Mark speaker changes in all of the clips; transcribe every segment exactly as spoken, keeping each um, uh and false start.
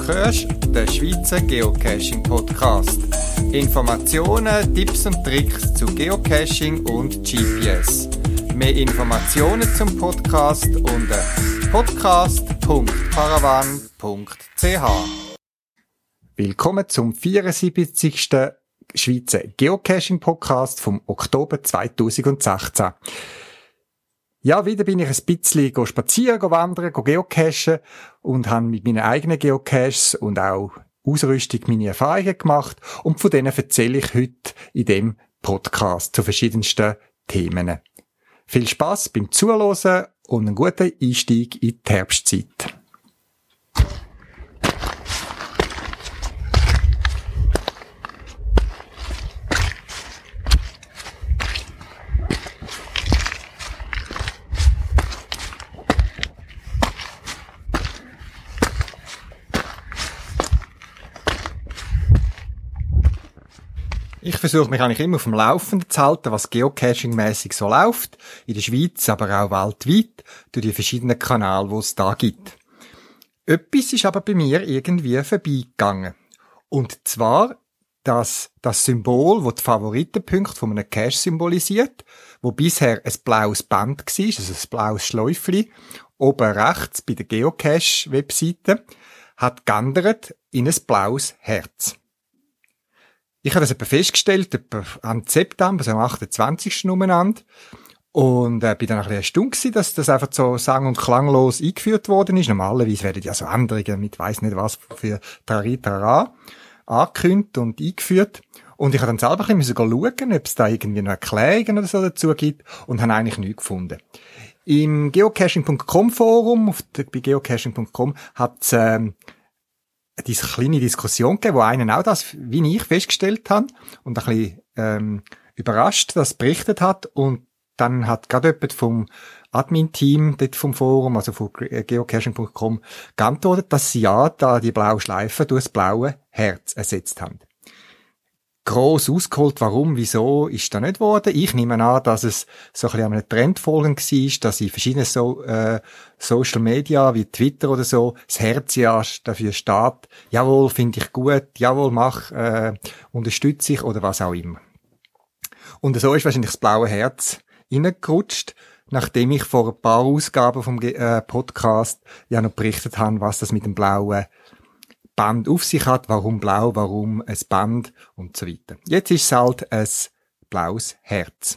Speaker 1: hörst den Schweizer Geocaching-Podcast. Informationen, Tipps und Tricks zu Geocaching und G P S. Mehr Informationen zum Podcast unter podcast punkt paravan punkt c h. Willkommen zum vierundsiebzigsten Schweizer Geocaching-Podcast vom Oktober zweitausendsechzehn. Ja, wieder bin ich ein bisschen spazieren, wandern, geocachen und habe mit meinen eigenen Geocaches und auch Ausrüstung meine Erfahrungen gemacht und von denen erzähle ich heute in dem Podcast zu verschiedensten Themen. Viel Spass beim Zuhören und einen guten Einstieg in die Herbstzeit. Ich versuche mich eigentlich immer auf dem Laufenden zu halten, was Geocaching-mässig so läuft, in der Schweiz, aber auch weltweit, durch die verschiedenen Kanäle, die es da gibt. Etwas ist aber bei mir irgendwie vorbeigegangen. Und zwar, dass das Symbol, das die Favoritenpunkte von einem Cache symbolisiert, wo bisher ein blaues Band war, also ein blaues Schläufchen, oben rechts bei der Geocache-Webseite, hat geändert in ein blaues Herz. Ich habe das etwa festgestellt, etwa am September, also am achtundzwanzigsten umeinander. Und äh, bin dann ein bisschen erstaunt gewesen, dass das einfach so sang- und klanglos eingeführt worden ist. Normalerweise werden ja so Änderungen mit weiss nicht was für Taritara angekündigt und eingeführt. Und ich habe dann selber ein bisschen schauen, ob es da irgendwie noch Erklärungen oder so dazu gibt und habe eigentlich nichts gefunden. Im geocaching punkt com Forum, auf der, bei geocaching punkt com, hat es ähm, diese kleine Diskussion gegeben, wo einen auch das, wie ich, festgestellt habe und ein bisschen ähm, überrascht, das berichtet hat. Und dann hat gerade jemand vom Admin-Team dort vom Forum, also von geocaching punkt com, geantwortet, dass sie ja da die blaue Schleife durch das blaue Herz ersetzt haben. Gross ausgeholt, warum, wieso, ist da nicht geworden. Ich nehme an, dass es so ein bisschen einem Trend folgend war, dass in verschiedenen so, äh, Social Media, wie Twitter oder so, das Herz ja dafür steht, jawohl, finde ich gut, jawohl, mach, äh, unterstütze ich oder was auch immer. Und so ist wahrscheinlich das blaue Herz reingerutscht, nachdem ich vor ein paar Ausgaben vom äh, Podcast ja noch berichtet habe, was das mit dem blauen Band auf sich hat, warum blau, warum ein Band und so weiter. Jetzt ist es halt ein blaues Herz.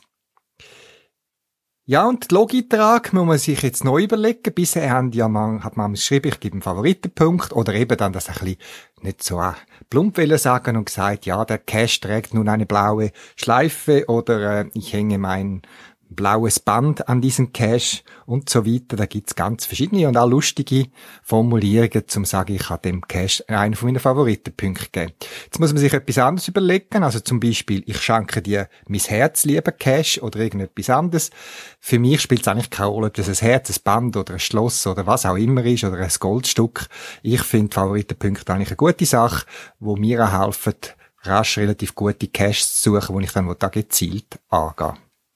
Speaker 1: Ja, und die Logitrag muss man sich jetzt neu überlegen. Bisher haben ja man, hat man geschrieben, ich gebe einen Favoritenpunkt oder eben dann das ein bisschen nicht so äh, plump wollen sagen und gesagt, ja, der Cache trägt nun eine blaue Schleife oder äh, ich hänge mein blaues Band an diesen Cache und so weiter. Da gibt's ganz verschiedene und auch lustige Formulierungen, zum sagen, ich habe dem Cache einen von meinen Favoritenpunkten gegeben. Jetzt muss man sich etwas anderes überlegen, also zum Beispiel, ich schenke dir mein Herz, lieber Cache, oder irgendetwas anderes. Für mich spielt es eigentlich keine Rolle, ob das ein Herz, ein Band oder ein Schloss oder was auch immer ist oder ein Goldstück. Ich finde Favoritenpunkte eigentlich eine gute Sache, wo mir auch helfen, rasch relativ gute Caches zu suchen, wo ich dann da gezielt angehe.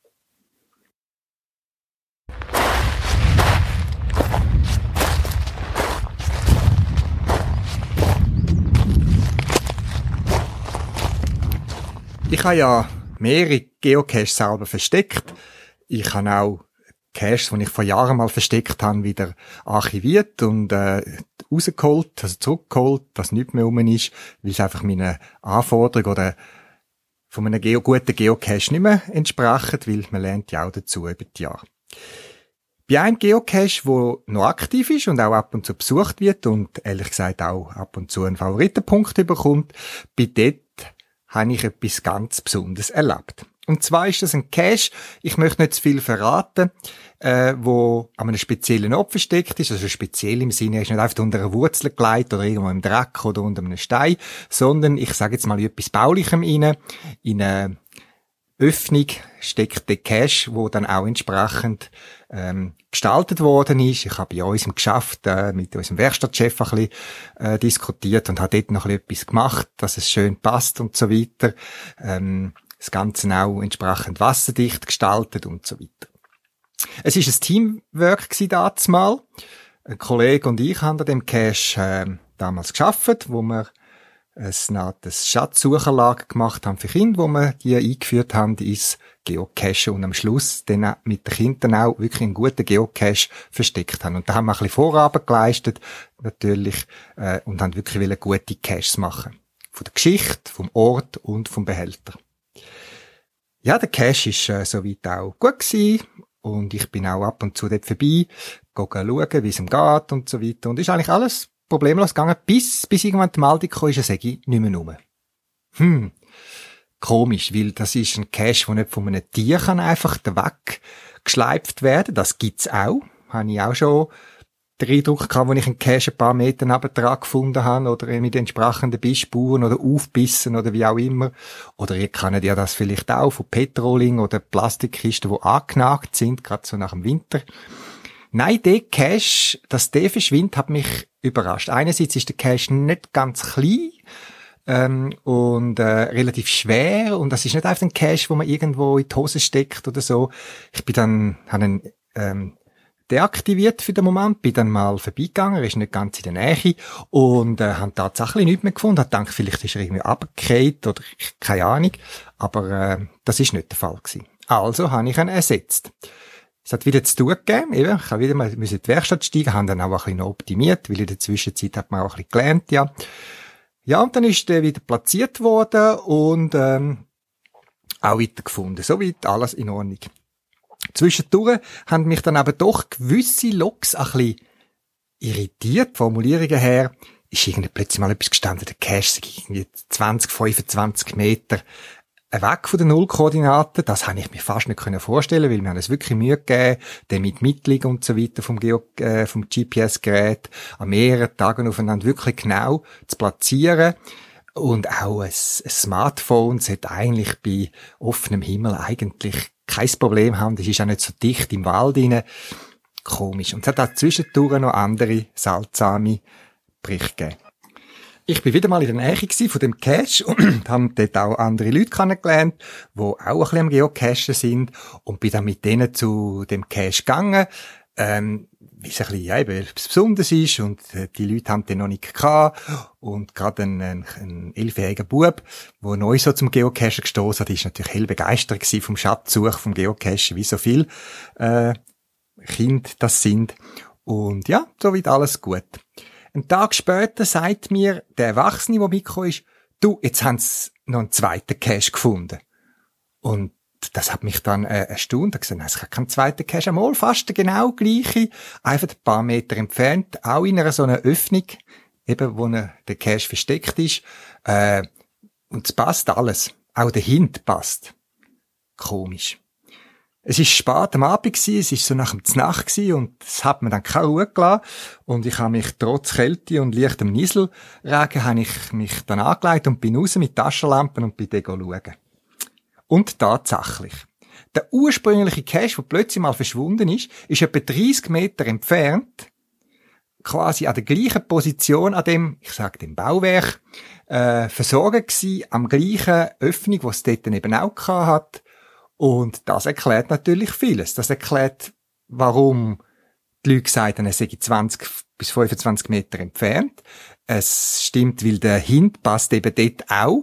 Speaker 1: Ich habe ja mehrere Geocaches selber versteckt. Ich habe auch Caches, die ich vor Jahren mal versteckt habe, wieder archiviert und äh, rausgeholt, also zurückgeholt, dass nichts mehr rum ist, weil es einfach meinen Anforderungen oder von einem Geo- guten Geocache nicht mehr entsprechen, weil man lernt ja auch dazu über die Jahre. Bei einem Geocache, der noch aktiv ist und auch ab und zu besucht wird und ehrlich gesagt auch ab und zu einen Favoritenpunkt bekommt, bei dort habe ich etwas ganz Besonderes erlebt. Und zwar ist das ein Cache, ich möchte nicht zu viel verraten, äh, wo an einem speziellen Ort versteckt ist, also speziell im Sinne, er ist nicht einfach unter einer Wurzel gelegt oder irgendwo im Dreck oder unter einem Stein, sondern ich sage jetzt mal in etwas Baulichem rein, in eine Öffnung steckt der Cache, wo dann auch entsprechend ähm, gestaltet worden ist. Ich habe bei uns im Geschäft äh, mit unserem Werkstattchef ein bisschen äh, diskutiert und habe dort noch ein bisschen etwas gemacht, dass es schön passt und so weiter. Ähm, das Ganze auch entsprechend wasserdicht gestaltet und so weiter. Es ist ein Teamwork gewesen, dazumal. Ein Kollege und ich haben an dem Cache äh, damals geschafft, wo wir ein nahes Schatzsucherlager gemacht haben für Kinder, wo wir die eingeführt haben ins Geocachen und am Schluss dann mit den Kindern auch wirklich einen guten Geocache versteckt haben. Und da haben wir ein bisschen Vorarbeit geleistet, natürlich, äh, und haben wirklich wollen gute Caches machen. Von der Geschichte, vom Ort und vom Behälter. Ja, der Cache ist äh, soweit auch gut gewesen. Und ich bin auch ab und zu dort vorbei, schauen, wie es ihm geht und so weiter. Und ist eigentlich alles problemlos gegangen, bis, bis irgendwann die Meldung kam, ist er sage nicht mehr rum. Hm. Komisch, weil das ist ein Cache, der nicht von einem Tier kann einfach weggeschleift werden. Das gibt's auch. Habe ich auch schon den Eindruck gehabt, als ich einen Cache ein paar Meter nebendran gefunden habe oder mit entsprechenden Bissspuren oder Aufbissen oder wie auch immer. Oder ihr kennt ja das vielleicht auch von Petroling oder Plastikkisten, die angenagt sind, gerade so nach dem Winter. Nein, der Cache, dass der verschwindet, hat mich überrascht. Einerseits ist der Cache nicht ganz klein ähm, und äh, relativ schwer und das ist nicht einfach ein Cache, wo man irgendwo in die Hose steckt oder so. Ich bin dann, habe ihn ähm, deaktiviert für den Moment, bin dann mal vorbeigegangen, er ist nicht ganz in der Nähe und äh, habe tatsächlich nichts mehr gefunden. Ich dachte, vielleicht ist er irgendwie runtergefallen oder keine Ahnung, aber äh, das ist nicht der Fall gewesen. Also habe ich ihn ersetzt. Es hat wieder zu tun gegeben, eben. Ich habe wieder mal in die Werkstatt steigen, haben dann auch ein bisschen optimiert, weil in der Zwischenzeit hat man auch ein bisschen gelernt, ja. Ja, und dann ist der wieder platziert worden und, ähm, auch weiter gefunden. Soweit alles in Ordnung. Zwischendurch haben mich dann aber doch gewisse Logs ein bisschen irritiert, Formulierungen her. Ist irgendwie plötzlich mal etwas gestanden, der Cache sei irgendwie zwanzig, fünfundzwanzig Meter weg von den Nullkoordinaten, das habe ich mir fast nicht vorstellen, weil wir haben uns wirklich Mühe gegeben, den mit Mittlung und so weiter vom, Geo, äh, vom G P S-Gerät an mehreren Tagen aufeinander wirklich genau zu platzieren. Und auch ein, ein Smartphone sollte eigentlich bei offenem Himmel eigentlich kein Problem haben. Das ist auch nicht so dicht im Wald rein. Komisch. Und es hat auch zwischendurch noch andere seltsame Berichte gegeben. Ich bin wieder mal in der Nähe von dem Cache und habe dort auch andere Leute kennengelernt, die auch ein bisschen am Geocachen sind und bin dann mit denen zu dem Cache gegangen, ähm, wie es ein bisschen, ja, eben etwas Besonderes ist und äh, die Leute haben den noch nicht gehabt und gerade ein, ein, ein elfjähriger Bub, der neu so zum Geocachen gestoßen hat, ist natürlich hell begeistert gewesen vom Schatzsuch, vom Geocachen, wie so viel äh, Kinder das sind. Und ja, soweit alles gut. Ein Tag später sagt mir der Erwachsene, der mitgekommen ist, du, jetzt haben sie noch einen zweiten Cache gefunden. Und das hat mich dann äh, erstaunt. Ich gesagt, es hat keinen zweiten Cache, einmal fast der genau gleiche, einfach ein paar Meter entfernt, auch in einer so einer Öffnung, eben wo eine, der Cache versteckt ist. Äh, und es passt alles. Auch der Hint passt. Komisch. Es ist spät am Abend gewesen, es ist so nach dem Znacht gewesen und es hat mir dann keine Ruhe gelassen. Und ich habe mich trotz Kälte und leichtem Nieselregen habe ich mich dann angelegt und bin raus mit Taschenlampen und bin dann schauen. Und tatsächlich. Der ursprüngliche Cache, der plötzlich mal verschwunden ist, ist etwa dreißig Meter entfernt, quasi an der gleichen Position, an dem, ich sage dem Bauwerk, äh, versorgt gewesen, am gleichen Öffnung, was es dort eben auch gehabt hat. Und das erklärt natürlich vieles. Das erklärt, warum die Leute gesagt haben, er sei zwanzig bis fünfundzwanzig Meter entfernt. Es stimmt, weil der Hint passt eben dort auch.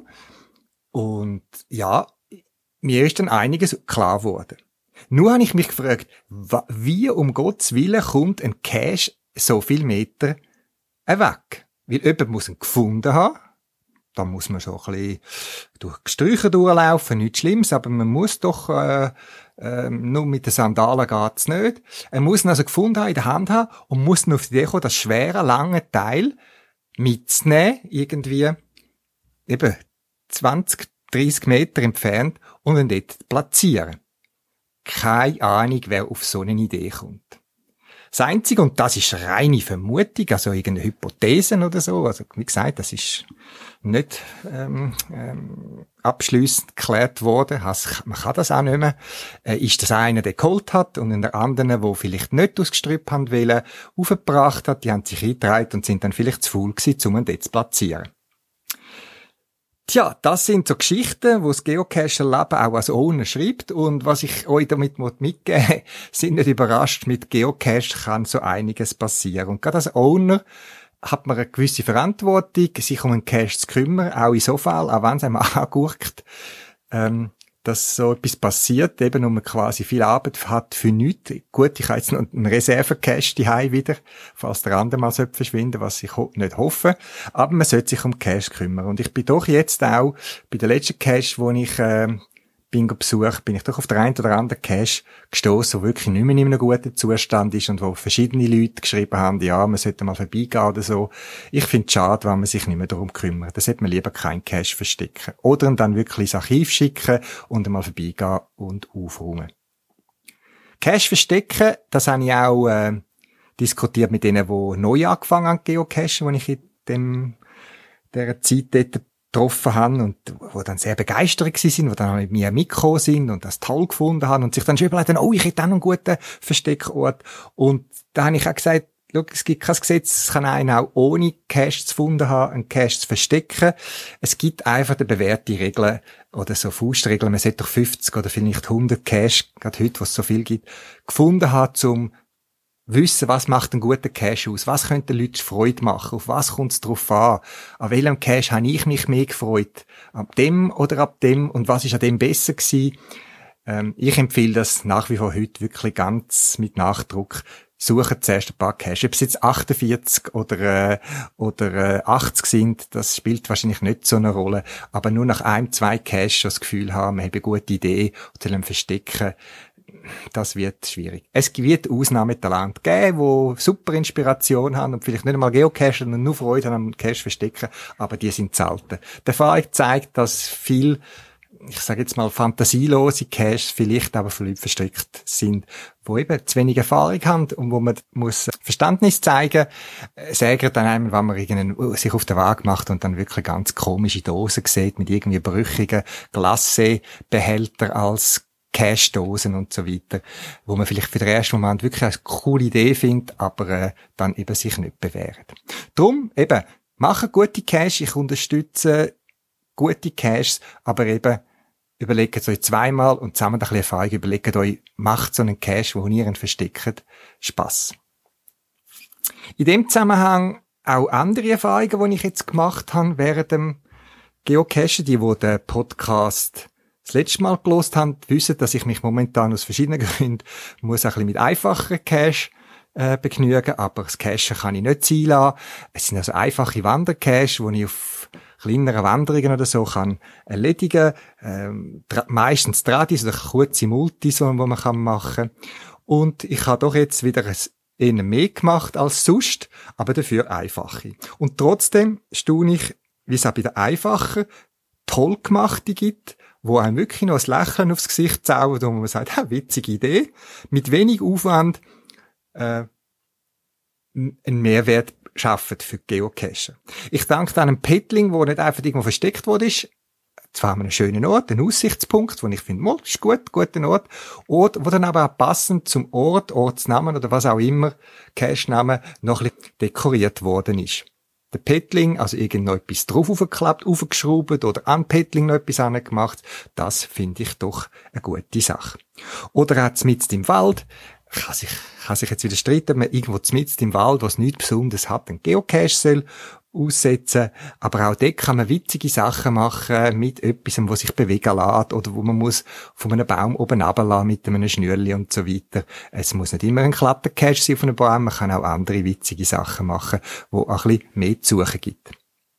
Speaker 1: Und ja, mir ist dann einiges klar geworden. Nur habe ich mich gefragt, wie um Gottes Willen kommt ein Cache so viel Meter weg? Weil jemand muss ihn gefunden haben. Da muss man so ein bisschen durch Sträucher durchlaufen, nichts Schlimmes, aber man muss doch, äh, äh, nur mit den Sandalen geht's nicht. Er muss ihn also gefunden haben, in der Hand haben und muss dann auf die Idee kommen, das schwere, lange Teil mitzunehmen, irgendwie, eben, zwanzig, dreißig Meter entfernt und ihn dort platzieren. Keine Ahnung, wer auf so eine Idee kommt. Das Einzige, und das ist reine Vermutung, also irgendeine Hypothese oder so, also wie gesagt, das ist nicht ähm, ähm, abschliessend geklärt worden, also, man kann das auch nicht mehr, äh, ist das einer, der geholt hat und der andere, der vielleicht nicht aus Gestrüpp haben wollen, aufgebracht hat, die haben sich eingetragen und sind dann vielleicht zu faul gewesen, um ihn dort zu platzieren. Tja, das sind so Geschichten, wo das Geocacher-Leben auch als Owner schreibt. Und was ich euch damit mitgeben will, sind nicht überrascht, mit Geocache kann so einiges passieren. Und gerade als Owner hat man eine gewisse Verantwortung, sich um einen Cache zu kümmern, auch in so Fall, auch wenn es einem angurkt, ähm, dass so etwas passiert, eben, und man quasi viel Arbeit hat für nichts. Gut, ich habe jetzt noch einen Reserve-Cache daheim wieder, falls der andere mal verschwinden sollte, was ich ho- nicht hoffe. Aber man sollte sich um Cache kümmern. Und ich bin doch jetzt auch, bei der letzten Cache, wo ich, äh, bin besucht, bin ich doch auf der einen oder anderen Cache gestossen, der wirklich nicht mehr in einem guten Zustand ist und wo verschiedene Leute geschrieben haben, ja, man sollte mal vorbeigehen oder so. Ich finde es schade, wenn man sich nicht mehr darum kümmert. Da sollte man lieber keinen Cache verstecken. Oder ihn dann wirklich ins Archiv schicken und einmal vorbeigehen und aufräumen. Cache verstecken, das habe ich auch äh, diskutiert mit denen, die neu angefangen haben, Geocachen, die ich in dem, dieser Zeit dort getroffen haben und wo dann sehr begeistert gewesen sind, wo dann mit mir mitgekommen sind und das toll gefunden haben und sich dann schon überlegt haben, oh, ich hätte auch noch einen guten Versteckort. Und da habe ich auch gesagt, schau, es gibt kein Gesetz, es kann einer auch ohne Cache zu gefunden haben, einen Cache zu verstecken. Es gibt einfach die bewährte Regeln oder so Faustregeln, man sollte doch fünfzig oder vielleicht hundert Cache, gerade heute, wo es so viel gibt, gefunden haben, um wissen, was macht einen guten Cache aus, was könnte den Leuten Freude machen, auf was kommt es drauf an, an welchem Cache habe ich mich mehr gefreut, ab dem oder ab dem und was ist an dem besser gewesen. Ähm, ich empfehle das nach wie vor heute wirklich ganz mit Nachdruck. Suchen zuerst ein paar Cache. Ob es jetzt achtundvierzig oder, äh, oder äh, achtzig sind, das spielt wahrscheinlich nicht so eine Rolle. Aber nur nach einem, zwei Cache schon das Gefühl haben, wir haben eine gute Idee und sollen verstecken, das wird schwierig. Es wird Ausnahmetalente geben, die super Inspiration haben und vielleicht nicht einmal geocachen und nur Freude haben am Cache verstecken, aber die sind selten. Die Erfahrung zeigt, dass viel, ich sage jetzt mal, fantasielose Caches vielleicht aber von Leuten versteckt sind, die eben zu wenig Erfahrung haben und wo man muss Verständnis zeigen. Es ärgert dann einmal, wenn man irgendeinen, sich auf den Weg macht und dann wirklich ganz komische Dosen sieht mit irgendwie brüchigen Glacé-Behälter als Cache-Dosen und so weiter, wo man vielleicht für den ersten Moment wirklich eine coole Idee findet, aber äh, dann eben sich nicht bewährt. Drum eben, machen gute Cache, ich unterstütze gute Caches, aber eben überlegt euch zweimal und zusammen ein bisschen Erfahrung, überlegt euch, macht so einen Cache, wo ihr ihn versteckt, Spass. In dem Zusammenhang auch andere Erfahrungen, die ich jetzt gemacht habe während dem Geocachen, die, wo der Podcast das letzte Mal gelost haben, wissen, dass ich mich momentan aus verschiedenen Gründen muss ein bisschen mit einfacheren Cache äh, begnügen, aber das Cachen kann ich nicht sein lassen. Es sind also einfache Wandercache, die ich auf kleineren Wanderungen oder so kann erledigen, ähm, tra- meistens Tradis oder kurze Multis, die man kann machen. Und ich habe doch jetzt wieder ein eher mehr gemacht als sonst, aber dafür einfache. Und trotzdem staune ich, wie es auch bei den einfachen toll gemachte gibt, wo einem wirklich noch ein Lächeln aufs Gesicht zaubert und man sagt, ha, witzige Idee, mit wenig Aufwand äh, einen Mehrwert schaffen für Geocachen. Ich danke dann einem Petling, wo nicht einfach irgendwo versteckt wurde, ist, zwar an einem schönen Ort, ein Aussichtspunkt, wo ich finde, mal, ist gut, guter Ort, Ort, wo dann aber auch passend zum Ort, Ortsnamen oder was auch immer, Cache-Namen, noch ein bisschen dekoriert worden ist. Der Petling, also irgend noch etwas drauf aufgeklappt, aufgeschraubt oder an Petling noch etwas angemacht, das finde ich doch eine gute Sache. Oder auch mitten im Wald, kann sich, kann sich jetzt wieder streiten, ob man irgendwo mitten im Wald, was nichts Besonderes hat, einen Geocache soll aussetzen, aber auch dort kann man witzige Sachen machen mit etwas, was sich bewegen lässt oder wo man muss von einem Baum oben runterlassen mit einem Schnürli und so weiter. Es muss nicht immer ein Klettercache sein auf einem Baum, man kann auch andere witzige Sachen machen, wo auch ein bisschen mehr zu suchen gibt.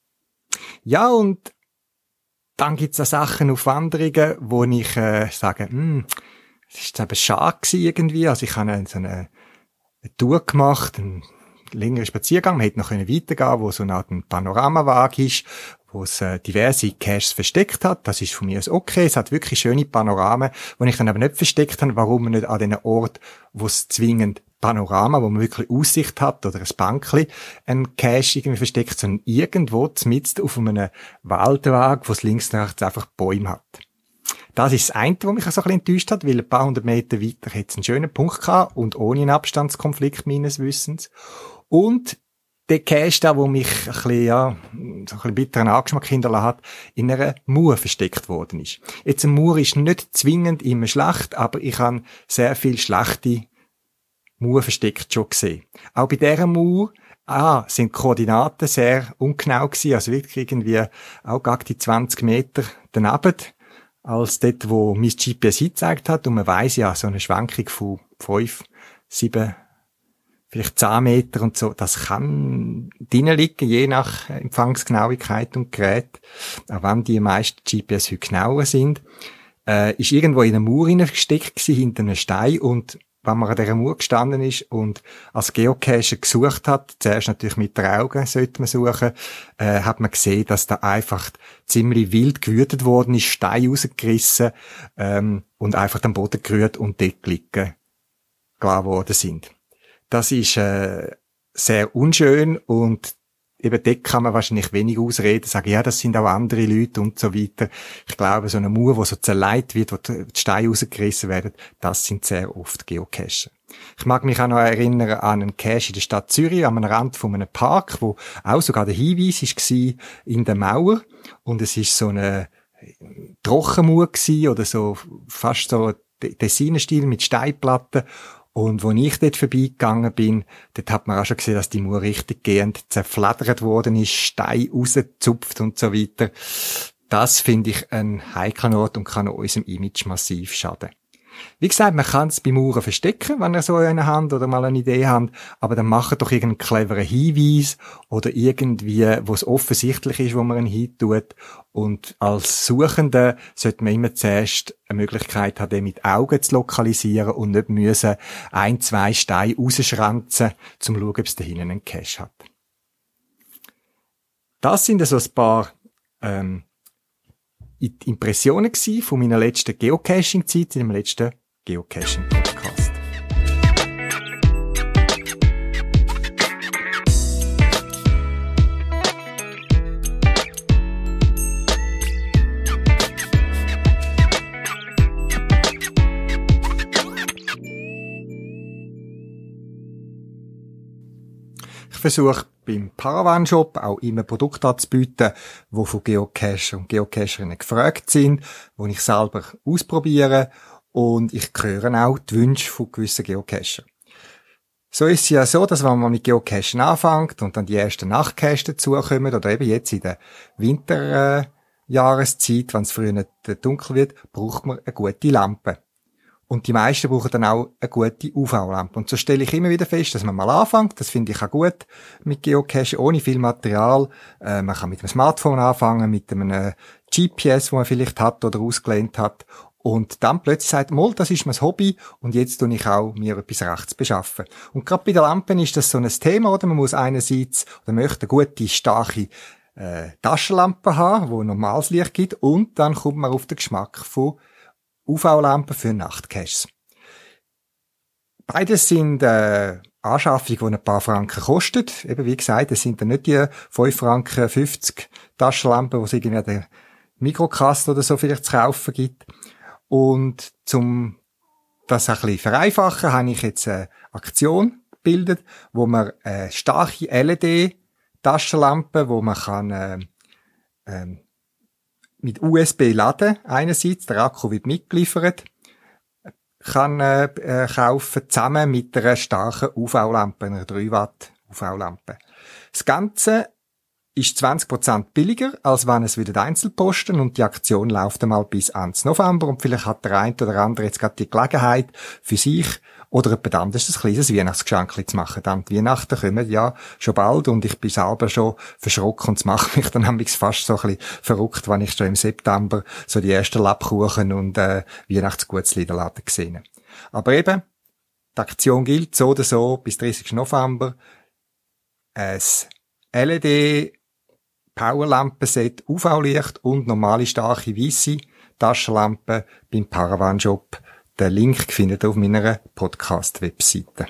Speaker 1: Ja, und dann gibt's auch Sachen auf Wanderungen, wo ich äh, sage, hm, es ist eben schade gewesen irgendwie, also ich habe so eine, eine Tour gemacht, einen längeren Spaziergang, man hätte noch weitergehen können, wo so eine Art Panoramaweg ist, wo es äh, diverse Caches versteckt hat. Das ist von mir okay. Es hat wirklich schöne Panoramen, die ich dann aber nicht versteckt habe. Warum nicht an den Ort, wo es zwingend Panorama, wo man wirklich Aussicht hat oder ein Bankli, ein Cache irgendwie versteckt, sondern irgendwo mitten auf einem Waldweg, wo es links und rechts einfach Bäume hat. Das ist das eine, was mich so ein bisschen enttäuscht hat, weil ein paar hundert Meter weiter hätte es einen schönen Punkt gehabt und ohne einen Abstandskonflikt meines Wissens. Und der Cache da, wo mich ein bisschen, ja, so ein bisschen bitteren Angeschmack hinterlassen hat, in einer Mauer versteckt worden ist. Jetzt, eine Mauer ist nicht zwingend immer schlecht, aber ich habe sehr viel schlechte Mauer versteckt schon gesehen. Auch bei dieser Mauer Ah, sind die Koordinaten sehr ungenau gewesen, also wirklich irgendwie auch gegen die zwanzig Meter daneben, als dort, wo mein G P S hingezeigt hat. Und man weiss ja, so eine Schwenkung von fünf, sieben, vielleicht zehn Meter und so, das kann drinnen liegen, je nach Empfangsgenauigkeit und Gerät. Auch wenn die meisten G P S heute genauer sind, äh, ist irgendwo in einer Mauer hineingesteckt gewesen, hinter einem Stein, und wenn man an dieser Mauer gestanden ist und als Geocacher gesucht hat, zuerst natürlich mit den Augen sollte man suchen, äh, hat man gesehen, dass da einfach ziemlich wild gewütet worden ist, Steine rausgerissen, ähm, und einfach am Boden gerührt und dort liegen gelassen worden sind. Das ist äh, sehr unschön, und eben dort kann man wahrscheinlich wenig ausreden, sagen, ja, das sind auch andere Leute und so weiter. Ich glaube, so eine Mauer, wo so zerlegt wird, wo die Steine rausgerissen werden, das sind sehr oft Geocacher. Ich mag mich auch noch erinnern an einen Cache in der Stadt Zürich, am Rand von einem Park, wo auch sogar der Hinweis war in der Mauer, und es ist so eine Trockenmauer gewesen, oder so fast so Tessinerstil mit Steinplatten. Und wo ich dort vorbeigegangen bin, dort hat man auch schon gesehen, dass die Mauer richtig gehend zerfleddert worden ist, Stein rausgezupft und so weiter. Das finde ich ein heikler Ort und kann unserem Image massiv schaden. Wie gesagt, man kann es bei Mauern verstecken, wenn ihr so eine habt oder mal eine Idee habt, aber dann macht doch irgendeinen cleveren Hinweis oder irgendwie, wo es offensichtlich ist, wo man ihn hintut. Und als Suchender sollte man immer zuerst eine Möglichkeit haben, den mit Augen zu lokalisieren und nicht müssen ein, zwei Steine rausschranzen, um zu schauen, ob es da hinten einen Cache hat. Das sind also ein paar ähm, Impressionen gewesen von meiner letzten Geocaching-Zeit, in dem letzten Geocaching-Podcast. Ich versuche beim Paravan-Shop auch immer Produkte anzubieten, die von Geocacher und Geocacherinnen gefragt sind, die ich selber ausprobiere, und ich höre auch die Wünsche von gewissen Geocachern. So ist es ja so, dass wenn man mit Geocachen anfängt und dann die ersten Nachtcaches dazukommen, oder eben jetzt in der Winterjahreszeit, wenn es früher nicht dunkel wird, braucht man eine gute Lampe. Und die meisten brauchen dann auch eine gute U V-Lampe. Und so stelle ich immer wieder fest, dass man mal anfängt. Das finde ich auch gut mit Geocache, ohne viel Material. Äh, man kann mit einem Smartphone anfangen, mit einem G P S, wo man vielleicht hat oder ausgelehnt hat. Und dann plötzlich sagt, mal, das ist mein Hobby, und jetzt tue ich auch mir etwas rechts beschaffen. Und gerade bei den Lampen ist das so ein Thema, oder? Man muss einerseits, oder möchte eine gute, starke äh, Taschenlampe haben, wo normales Licht gibt, und dann kommt man auf den Geschmack von U V-Lampen für Nachtcaches. Beides sind äh, Anschaffungen, die ein paar Franken kosten. Eben wie gesagt, es sind dann nicht die fünf Franken fünfzig Taschenlampen, die es irgendwie an der Mikrokasse oder so vielleicht zu kaufen gibt. Und zum das ein bisschen vereinfachen, habe ich jetzt eine Aktion gebildet, wo man eine starke L E D-Taschenlampe, wo man kann äh, äh, mit U S B laden, einerseits, der Akku wird mitgeliefert, kann äh, äh, kaufen, zusammen mit einer starken U V-Lampe, einer drei Watt U V-Lampe. Das Ganze ist zwanzig Prozent billiger, als wenn es wieder Einzelposten, und die Aktion läuft einmal bis Ende November, und vielleicht hat der eine oder andere jetzt gerade die Gelegenheit für sich oder jemand anderes ein kleines Weihnachtsgeschenk zu machen. Dann die Weihnachten kommen ja schon bald, und ich bin selber schon verschrocken, und es macht mich dann nämlich fast so ein bisschen verrückt, wenn ich schon im September so die ersten Lebkuchen und äh, Weihnachtsgutzli in der Laden sehe. Aber eben, die Aktion gilt so oder so bis dreißigsten November. Ein L E D Powerlampenset, U V-Licht und normale starke weisse Taschenlampe beim Paravan-Shop. Den Link findet ihr auf meiner Podcast-Webseite.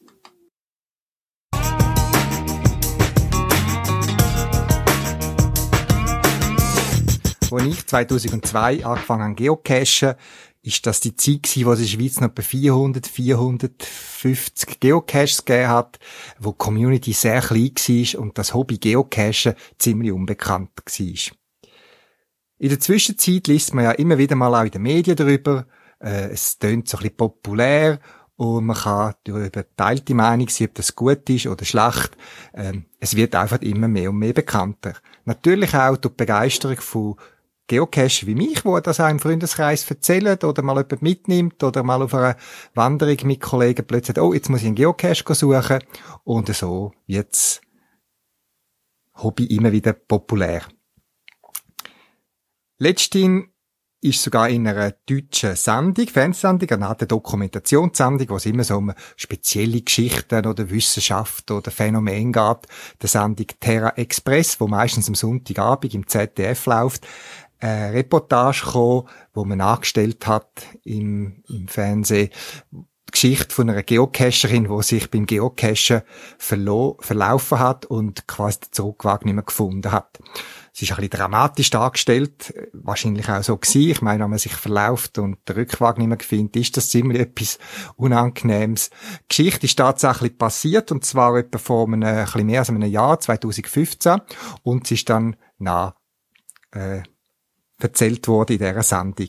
Speaker 1: Als ich zweitausendzwei angefangen habe geocachen, ist das die Zeit gewesen, wo es in der Schweiz noch etwa vierhundert, vierhundertfünfzig Geocaches gegeben hat, wo die Community sehr klein war und das Hobby Geocachen ziemlich unbekannt war. In der Zwischenzeit liest man ja immer wieder mal auch in den Medien darüber, äh, es tönt so ein bisschen populär, und man kann darüber geteilte Meinung sein, ob das gut ist oder schlecht. Ähm, es wird einfach immer mehr und mehr bekannter. Natürlich auch durch die Begeisterung von Geocacher wie mich, wo das auch im Freundeskreis erzählt oder mal jemand mitnimmt oder mal auf einer Wanderung mit Kollegen plötzlich, oh, jetzt muss ich einen Geocache suchen. Und so wird das Hobby immer wieder populär. Letztens ist sogar in einer deutschen Sendung, Fernsehsendung, eine Art Dokumentationssendung, wo es immer so um spezielle Geschichten oder Wissenschaft oder Phänomene geht. Die Sendung Terra Express, wo meistens am Sonntagabend im Z D F läuft, eine Reportage gekommen, wo man angestellt hat im, im Fernsehen. Die Geschichte von einer Geocacherin, die sich beim Geocachen verlo- verlaufen hat und quasi den Zurückweg nicht mehr gefunden hat. Es ist ein bisschen dramatisch dargestellt, wahrscheinlich auch so gewesen. Ich meine, wenn man sich verläuft und den Rückweg nicht mehr findet, ist das ziemlich etwas Unangenehmes. Die Geschichte ist tatsächlich passiert, und zwar etwa vor einem, ein bisschen mehr als einem Jahr, zwanzig fünfzehn, und sie ist dann nach, äh, erzählt worden in dieser Sendung.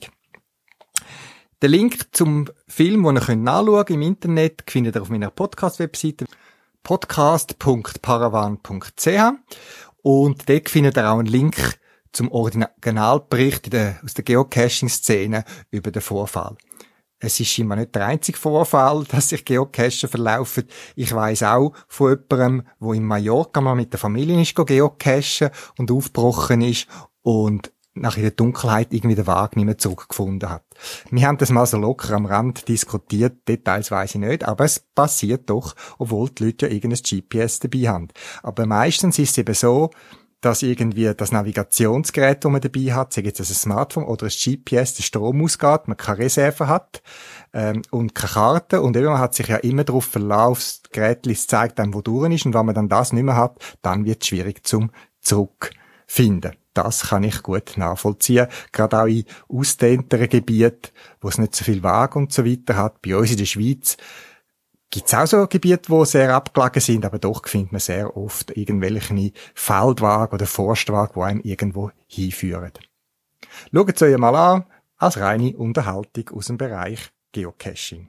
Speaker 1: Den Link zum Film, den ihr nachschauen könnt im Internet, findet ihr auf meiner Podcast-Webseite podcast punkt paravan punkt c h. Und dort findet ihr auch einen Link zum Originalbericht in der, aus der Geocaching-Szene über den Vorfall. Es ist immer nicht der einzige Vorfall, dass sich Geocacher verlaufen. Ich weiss auch von jemandem, der in Mallorca mal mit der Familie ist geocachen und aufgebrochen ist und nach in der Dunkelheit irgendwie den Wagen nicht mehr zurückgefunden hat. Wir haben das mal so locker am Rand diskutiert, Details weiss ich nicht, aber es passiert doch, obwohl die Leute ja irgendein G P S dabei haben. Aber meistens ist es eben so, dass irgendwie das Navigationsgerät, das man dabei hat, sei jetzt ein Smartphone oder ein G P S, der Strom ausgeht, man keine Reserve hat ähm, und keine Karte, und eben man hat sich ja immer darauf verlassen, das Gerät zeigt einem, wo durch ist, und wenn man dann das nicht mehr hat, dann wird es schwierig zum Zurückfinden. Das kann ich gut nachvollziehen. Gerade auch in ausdehnteren Gebieten, wo es nicht so viel Wege und so weiter hat. Bei uns in der Schweiz gibt es auch so Gebiete, die sehr abgelegen sind, aber doch findet man sehr oft irgendwelche Feldwege oder Forstwege, die einem irgendwo hinführen. Schaut es euch mal an, als reine Unterhaltung aus dem Bereich Geocaching.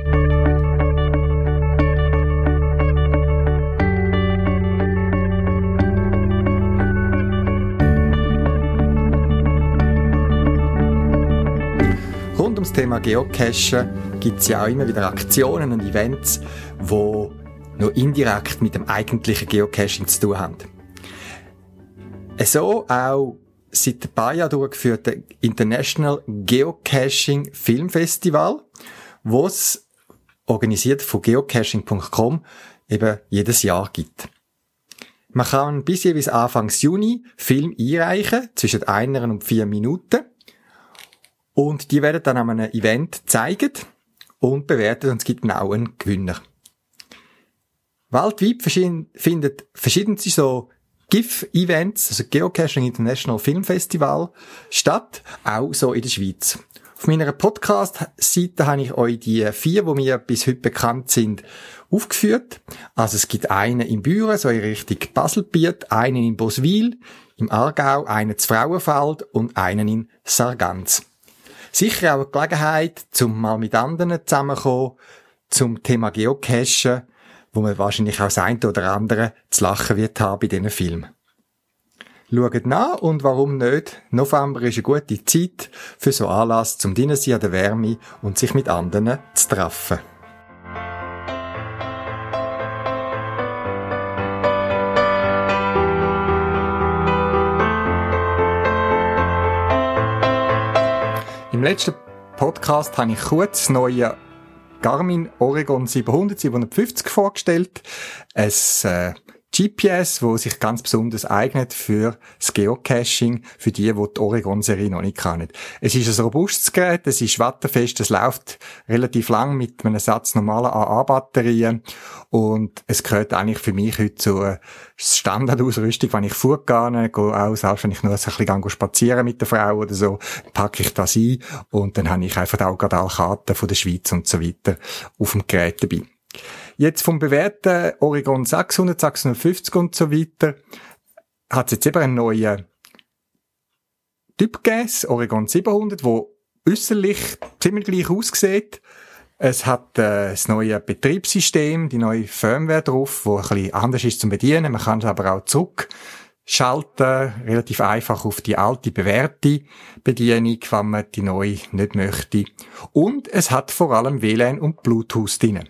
Speaker 1: Rund ums Thema Geocachen gibt es ja auch immer wieder Aktionen und Events, die noch indirekt mit dem eigentlichen Geocaching zu tun haben. So auch seit ein paar Jahren durchgeführte International Geocaching Film Festival, wo es organisiert von geocaching punkt com eben jedes Jahr gibt. Man kann bis jeweils Anfang Juni Film einreichen, zwischen einer und vier Minuten. Und die werden dann an einem Event gezeigt und bewertet, und es gibt auch einen Gewinner. Weltweit findet verschiedenste so G I F-Events, also Geocaching International Film Festival, statt, auch so in der Schweiz. Auf meiner Podcast-Seite habe ich euch die vier, die mir bis heute bekannt sind, aufgeführt. Also es gibt einen in Büren, so in Richtung Baselbiet, einen in Boswil, im Aargau, einen in Frauenfeld und einen in Sargans. Sicher auch eine Gelegenheit, um mal mit anderen zusammenzukommen, zum Thema Geocachen, wo man wahrscheinlich auch das eine oder andere zu lachen wird haben bei diesen Filmen. Schaut nach, und warum nicht? November ist eine gute Zeit für so Anlass, zum drinnen sein an der Wärme und sich mit anderen zu treffen. Im letzten Podcast habe ich kurz das neue Garmin Oregon siebenhundert siebenhundertfünfzig vorgestellt. Ein äh, G P S, wo sich ganz besonders eignet für das Geocaching, für die, die die Oregon-Serie noch nicht kennen. Es ist ein robustes Gerät, es ist wattenfest, es läuft relativ lang mit einem Satz normaler A A-Batterien, und es gehört eigentlich für mich heute zur Standardausrüstung. Wenn ich fortgehe, gehe auch, selbst wenn ich nur ein bisschen spazieren mit der Frau oder so, packe ich das ein, und dann habe ich einfach auch gerade alle Karten von der Schweiz und so weiter auf dem Gerät dabei. Jetzt vom bewährten Oregon sechshundert, sechshundertfünfzig und so weiter hat es jetzt eben einen neuen Typ gegeben, Oregon siebenhundert, wo äußerlich ziemlich gleich aussieht. Es hat äh, das neue Betriebssystem, die neue Firmware drauf, wo ein bisschen anders ist zum Bedienen. Man kann es aber auch zurückschalten, relativ einfach auf die alte, bewährte Bedienung, wenn man die neue nicht möchte. Und es hat vor allem W L A N und Bluetooth drin.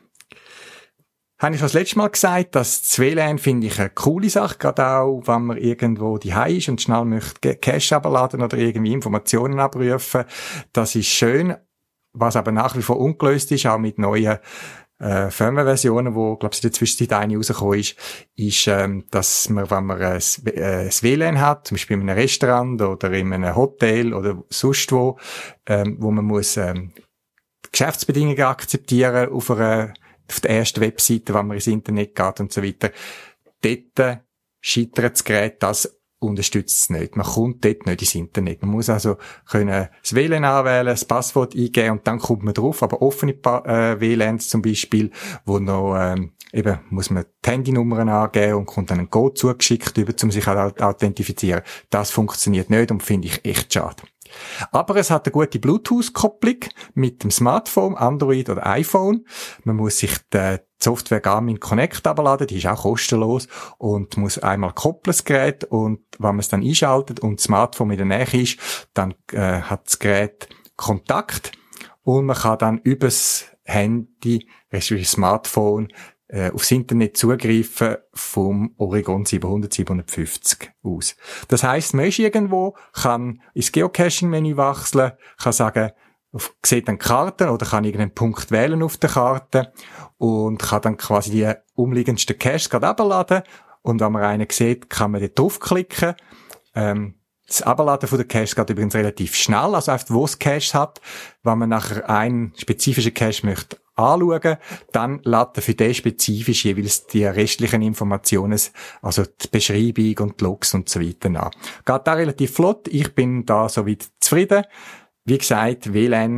Speaker 1: Habe ich schon das letzte Mal gesagt, dass das W L A N finde ich eine coole Sache, gerade auch, wenn man irgendwo daheim ist und schnell möchte Cache abladen oder irgendwie Informationen abrufen. Das ist schön. Was aber nach wie vor ungelöst ist, auch mit neuen äh, Firmware-Versionen, wo, glaube ich, in der Zwischenzeit eine rausgekommen ist, ist, ähm, dass man, wenn man ein, äh, ein W L A N hat, zum Beispiel in einem Restaurant oder in einem Hotel oder sonst wo, ähm, wo man muss ähm, Geschäftsbedingungen akzeptieren auf einer auf der ersten Webseite, wenn man ins Internet geht und so weiter. Dort scheitert das Gerät, das unterstützt es nicht. Man kommt dort nicht ins Internet. Man muss also können das W L A N anwählen, das Passwort eingeben und dann kommt man drauf. Aber offene äh, W L A Ns zum Beispiel, wo noch ähm, eben muss man die Handynummern angeben und kommt dann ein Code zugeschickt über, um sich halt authentifizieren. Das funktioniert nicht und finde ich echt schade. Aber es hat eine gute Bluetooth-Kopplung mit dem Smartphone, Android oder iPhone. Man muss sich die Software Garmin Connect abladen, die ist auch kostenlos und muss einmal koppeln das Gerät und wenn man es dann einschaltet und das Smartphone in der Nähe ist, dann äh, hat das Gerät Kontakt und man kann dann übers Handy, respektive Smartphone, äh, aufs Internet zugreifen vom Oregon siebenhundertsiebenundfünfzig aus. Das heisst, man ist irgendwo, kann ins Geocaching-Menü wechseln, kann sagen, auf, sieht dann Karten oder kann irgendeinen Punkt wählen auf der Karte und kann dann quasi die umliegendsten Caches gerade abladen und wenn man einen sieht, kann man dort draufklicken. Ähm, Das Abladen von der Cache geht übrigens relativ schnell, also einfach, wo es Cache hat. Wenn man nachher einen spezifischen Cache möchte anschauen, dann lädt er für den spezifisch jeweils die restlichen Informationen, also die Beschreibung und die Logs und so weiter an. Geht da relativ flott. Ich bin da soweit zufrieden. Wie gesagt, W L A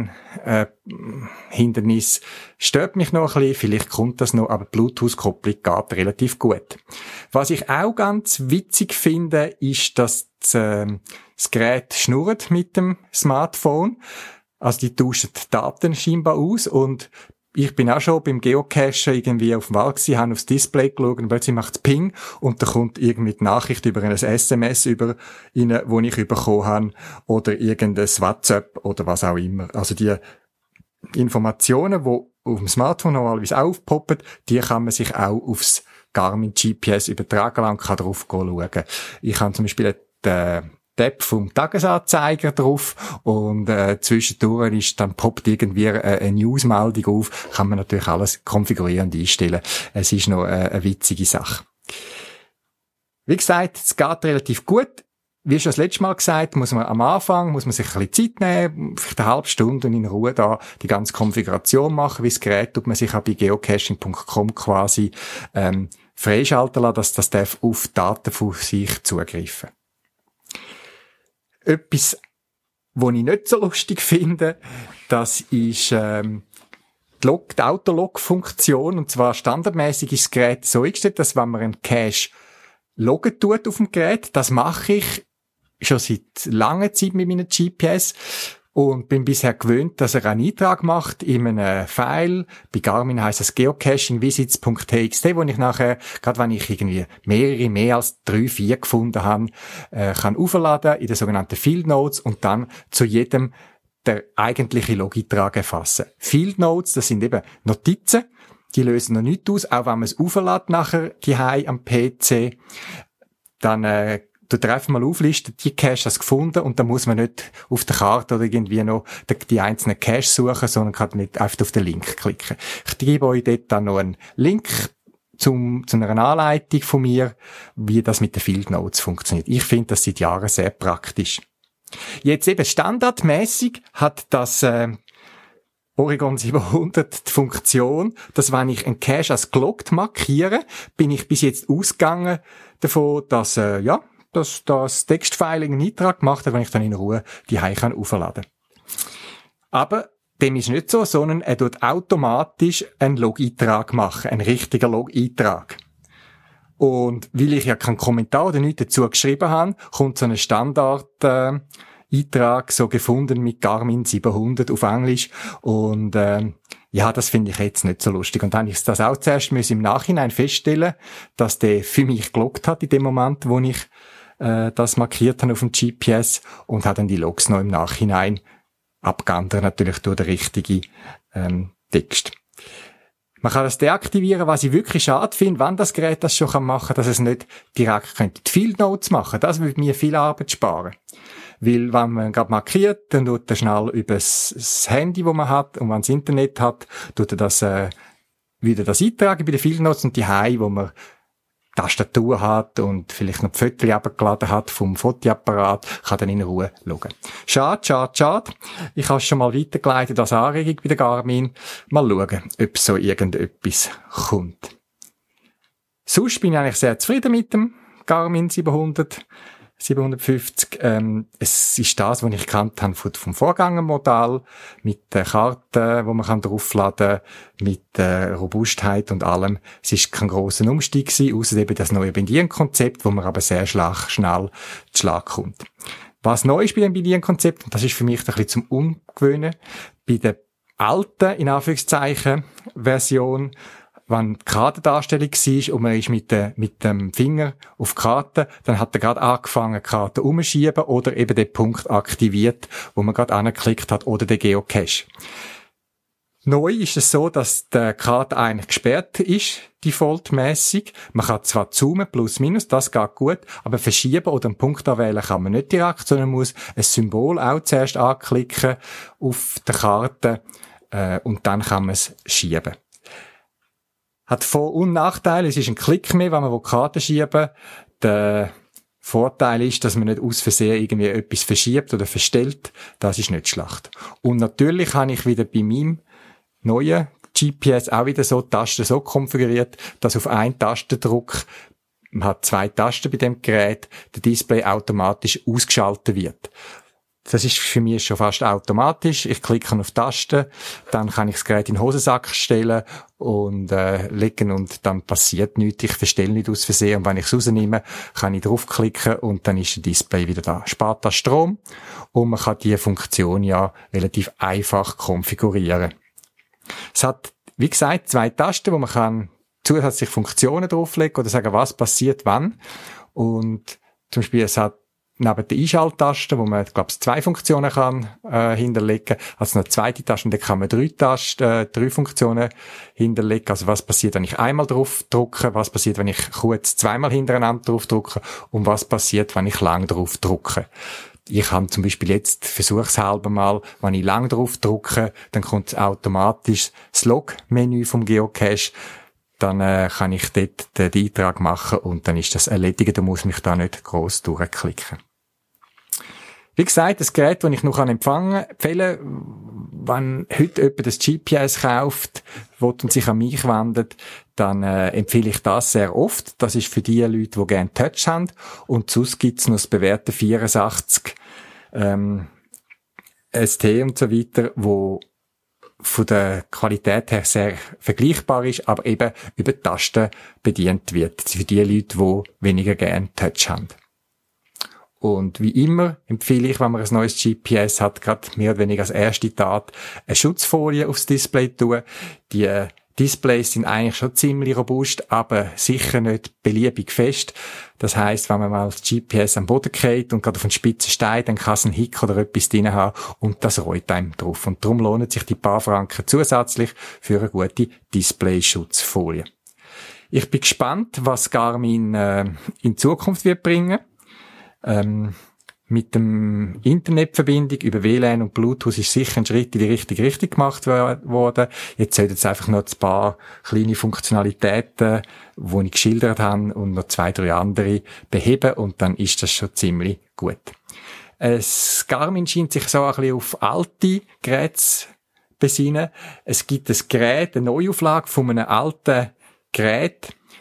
Speaker 1: N-Hindernis äh, stört mich noch ein bisschen, vielleicht kommt das noch, aber Bluetooth-Kopplung geht relativ gut. Was ich auch ganz witzig finde, ist, dass das, äh, das Gerät schnurrt mit dem Smartphone. Also die tauschen die Daten scheinbar aus und ich bin auch schon beim Geocachen irgendwie auf dem Wald gewesen, habe aufs Display geschaut und plötzlich macht es Ping und da kommt irgendwie die Nachricht über ein S M S über rein, wo ich bekommen habe oder irgendein WhatsApp oder was auch immer. Also die Informationen, die auf dem Smartphone normalerweise aufpoppen, die kann man sich auch aufs Garmin G P S übertragen und kann drauf schauen. Ich habe zum Beispiel die die App vom Tagesanzeiger drauf und äh, zwischendurch ist dann poppt irgendwie äh, eine Newsmeldung auf, kann man natürlich alles konfigurieren und einstellen. Es ist noch äh, eine witzige Sache. Wie gesagt, es geht relativ gut. Wie schon das letzte Mal gesagt, muss man am Anfang, muss man sich ein bisschen Zeit nehmen, vielleicht eine halbe Stunde und in Ruhe da die ganze Konfiguration machen, wie das Gerät tut man sich auch bei geocaching punkt com quasi ähm, freischalten lassen, dass das darf auf Daten von sich zugreifen. Etwas, was ich nicht so lustig finde, das ist ähm, die, Log, die Autolog-Funktion. Und zwar standardmäßig ist das Gerät so eingestellt, dass wenn man einen Cache loggen tut auf dem Gerät, das mache ich schon seit langer Zeit mit meinem G P S und bin bisher gewöhnt, dass er einen Eintrag macht in einem File. Bei Garmin heisst das geocachingvisits punkt t x t, wo ich nachher, gerade wenn ich irgendwie mehrere, mehr als drei, vier gefunden habe, äh, kann aufladen in den sogenannten Field Notes und dann zu jedem der eigentliche Log-Eintrag erfassen. Field Notes, das sind eben Notizen, die lösen noch nichts aus, auch wenn man es auflädt nachher daheim am P C, dann äh, du darfst mal auflisten, die Cache hast du gefunden und dann muss man nicht auf der Karte oder irgendwie noch die, die einzelnen Caches suchen, sondern kann nicht einfach auf den Link klicken. Ich gebe euch dort dann noch einen Link zum, zu einer Anleitung von mir, wie das mit den Field Notes funktioniert. Ich finde das seit Jahren sehr praktisch. Jetzt eben standardmäßig hat das äh, Oregon siebenhundert die Funktion, dass wenn ich einen Cache als geloggt markiere, bin ich bis jetzt ausgegangen davon, dass äh, ja dass das Textfile einen Eintrag gemacht hat, wenn ich dann in Ruhe die Heim kann aufladen. Aber dem ist nicht so, sondern er tut automatisch einen Log-Eintrag machen, einen richtigen Log-Eintrag. Und weil ich ja keinen Kommentar oder nichts dazu geschrieben habe, kommt so eine Standard äh, Eintrag so gefunden mit Garmin siebenhundert auf Englisch und äh, ja, das finde ich jetzt nicht so lustig. Und dann habe ich das auch zuerst müssen im Nachhinein feststellen, dass der für mich geloggt hat in dem Moment, wo ich äh, das markiert habe auf dem G P S und habe dann die Logs noch im Nachhinein abgeändert, natürlich durch den richtigen ähm, Text. Man kann das deaktivieren, was ich wirklich schade finde, wenn das Gerät das schon machen kann, dass es nicht direkt könnte die Field Notes machen. Das würde mir viel Arbeit sparen. Weil, wenn man gerade markiert, dann tut er schnell über das Handy, das man hat, und wenn das Internet hat, tut er das, äh, wieder das eintragen bei den Field Notes und die Hause, wo man Tastatur hat und vielleicht noch die Fotos abgeladen hat vom Fotoapparat, kann dann in Ruhe schauen. Schade, schade, schade. Ich habe es schon mal weitergeleitet als Anregung bei der Garmin. Mal schauen, ob so irgendetwas kommt. Sonst bin ich eigentlich sehr zufrieden mit dem Garmin siebenhundert. siebenhundertfünfzig, ähm, es ist das, was ich gekannt habe vom Vorgängermodell, mit der Karte, wo man kann draufladen, mit der Robustheit und allem. Es ist kein grosser Umstieg gewesen, ausser eben das neue Bedienkonzept, wo man aber sehr schlag, schnell zu Schlag kommt. Was neu ist bei dem Bedienkonzept, und das ist für mich ein bisschen zum Ungewöhnen, bei der alten, in Anführungszeichen, Version, wenn die Kartendarstellung war und man ist mit, de, mit dem Finger auf die Karte, dann hat er gerade angefangen, die Karte umzuschieben oder eben den Punkt aktiviert, wo man gerade anklickt hat, oder den Geocache. Neu ist es so, dass die Karte eigentlich gesperrt ist, defaultmäßig. Man kann zwar zoomen, plus minus, das geht gut, aber verschieben oder einen Punkt anwählen kann man nicht direkt, sondern muss ein Symbol auch zuerst anklicken auf der Karte äh, und dann kann man es schieben. Hat Vor- und Nachteile. Es ist ein Klick mehr, wenn man die Karte schieben will. Der Vorteil ist, dass man nicht aus Versehen irgendwie etwas verschiebt oder verstellt. Das ist nicht schlecht. Und natürlich habe ich wieder bei meinem neuen G P S auch wieder so die Tasten so konfiguriert, dass auf einen Tastendruck, man hat zwei Tasten bei dem Gerät, der Display automatisch ausgeschaltet wird. Das ist für mich schon fast automatisch. Ich klicke auf Tasten, dann kann ich das Gerät in den Hosensack stellen und äh, legen und dann passiert nichts. Ich verstelle nicht aus Versehen und wenn ich es rausnehme, kann ich draufklicken und dann ist das Display wieder da. Spart das Strom und man kann diese Funktion ja relativ einfach konfigurieren. Es hat, wie gesagt, zwei Tasten, wo man kann zusätzlich Funktionen drauflegen oder sagen, was passiert wann. Und zum Beispiel, es hat neben der Einschalttaste, wo man, glaube ich, zwei Funktionen kann äh, hinterlegen, also eine zweite Taste, und dann kann man drei Tasten, äh, drei Funktionen hinterlegen. Also was passiert, wenn ich einmal drauf drücke, was passiert, wenn ich kurz zweimal hintereinander drauf drücke und was passiert, wenn ich lang drauf drücke. Ich habe zum Beispiel jetzt versuchshalber mal, wenn ich lang drauf drücke, dann kommt automatisch das Log-Menü vom Geocache. Dann äh, kann ich dort den Eintrag machen und dann ist das erledigt. Da muss mich da nicht gross durchklicken. Wie gesagt, das Gerät, das ich noch empfangen kann, empfehlen, wenn heute jemand das G P S kauft, will und sich an mich wendet, dann äh, empfehle ich das sehr oft. Das ist für die Leute, die gerne Touch haben. Und sonst gibt's noch das bewährte vierundsechzig ähm, S T und so weiter, wo von der Qualität her sehr vergleichbar ist, aber eben über die Tasten bedient wird. Für die Leute, die weniger gerne Touch haben. Und wie immer empfehle ich, wenn man ein neues G P S hat, gerade mehr oder weniger als erste Tat, eine Schutzfolie aufs Display tun. Die Displays sind eigentlich schon ziemlich robust, aber sicher nicht beliebig fest. Das heisst, wenn man mal das G P S am Boden geht und gerade auf einen spitzen Stein, dann kann es einen Hick oder etwas drin haben und das reut einem drauf. Und darum lohnen sich die paar Franken zusätzlich für eine gute Display-Schutzfolie. Ich bin gespannt, was Garmin äh, in Zukunft wird bringen. Ähm, mit dem Internetverbindung über W L A N und Bluetooth ist sicher ein Schritt in die richtige Richtung gemacht worden. Jetzt sollten es einfach noch ein paar kleine Funktionalitäten, die ich geschildert habe, und noch zwei, drei andere beheben und dann ist das schon ziemlich gut. Es Garmin scheint sich so ein bisschen auf alte Geräte zu besinnen. Es gibt ein Gerät, eine Neuauflage von einem alten Gerät,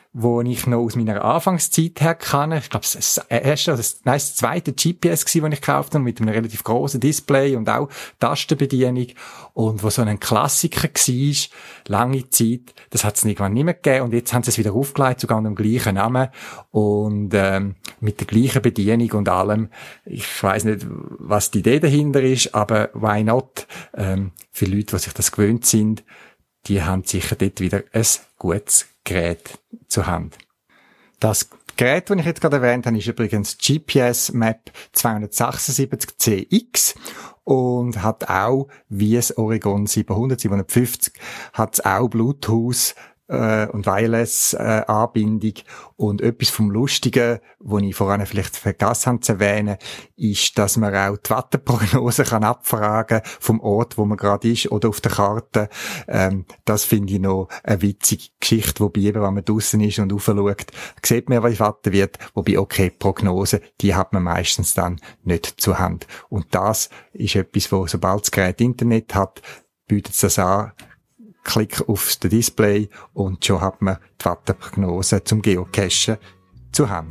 Speaker 1: wo ich noch aus meiner Anfangszeit her kannte. Ich glaube, das erste, das, nein, das zweite G P S war, das ich gekauft habe, mit einem relativ grossen Display und auch Tastenbedienung. Und wo so ein Klassiker war, lange Zeit, das hat es irgendwann nicht mehr gegeben. Und jetzt haben sie es wieder aufgelegt, sogar unter dem gleichen Namen. Und ähm, mit der gleichen Bedienung und allem. Ich weiss nicht, was die Idee dahinter ist, aber why not? Ähm, für Leute, die sich das gewöhnt sind, die haben sicher dort wieder ein gutes Gerät zur Hand. Das Gerät, das ich jetzt gerade erwähnt habe, ist übrigens G P S Map zweihundertsechsundsiebzig C X und hat auch, wie es Oregon siebenhundert, siebenhundertfünfzig, hat es auch Bluetooth äh, und Wireless-Anbindung. Äh, und etwas vom Lustigen, was ich vorhin vielleicht vergessen habe zu erwähnen, ist, dass man auch die Wetterprognose kann abfragen vom Ort, wo man gerade ist, oder auf der Karte. Ähm, das finde ich noch eine witzige Geschichte, wobei eben, wenn man draussen ist und raufschaut, sieht man, wie Wetter wird, wobei, okay, Prognose, die hat man meistens dann nicht zur Hand. Und das ist etwas, wo, sobald das Gerät Internet hat, bietet es das an. Klick aufs Display und schon hat man die Wetterprognose zum Geocachen zur Hand.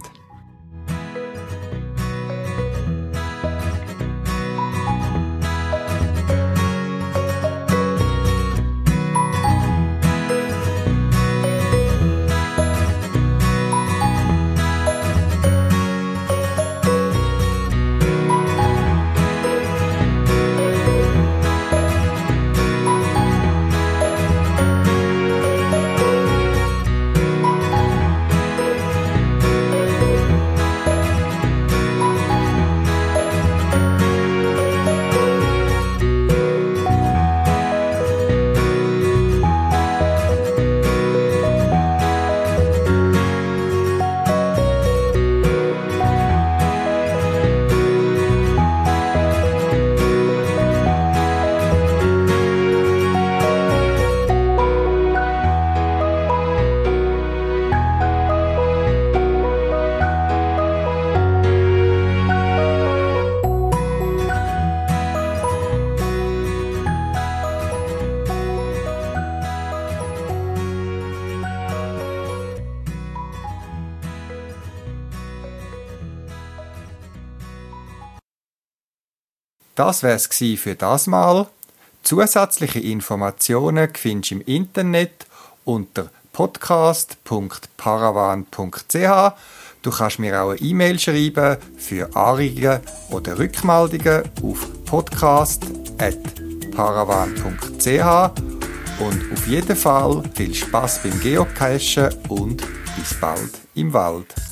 Speaker 1: Das wär's gsi für das Mal. Zusätzliche Informationen findest du im Internet unter podcast punkt paravan punkt c h. Du kannst mir auch eine E-Mail schreiben für Anregungen oder Rückmeldungen auf podcast at paravan punkt c h. Und auf jeden Fall viel Spaß beim Geocachen und bis bald im Wald.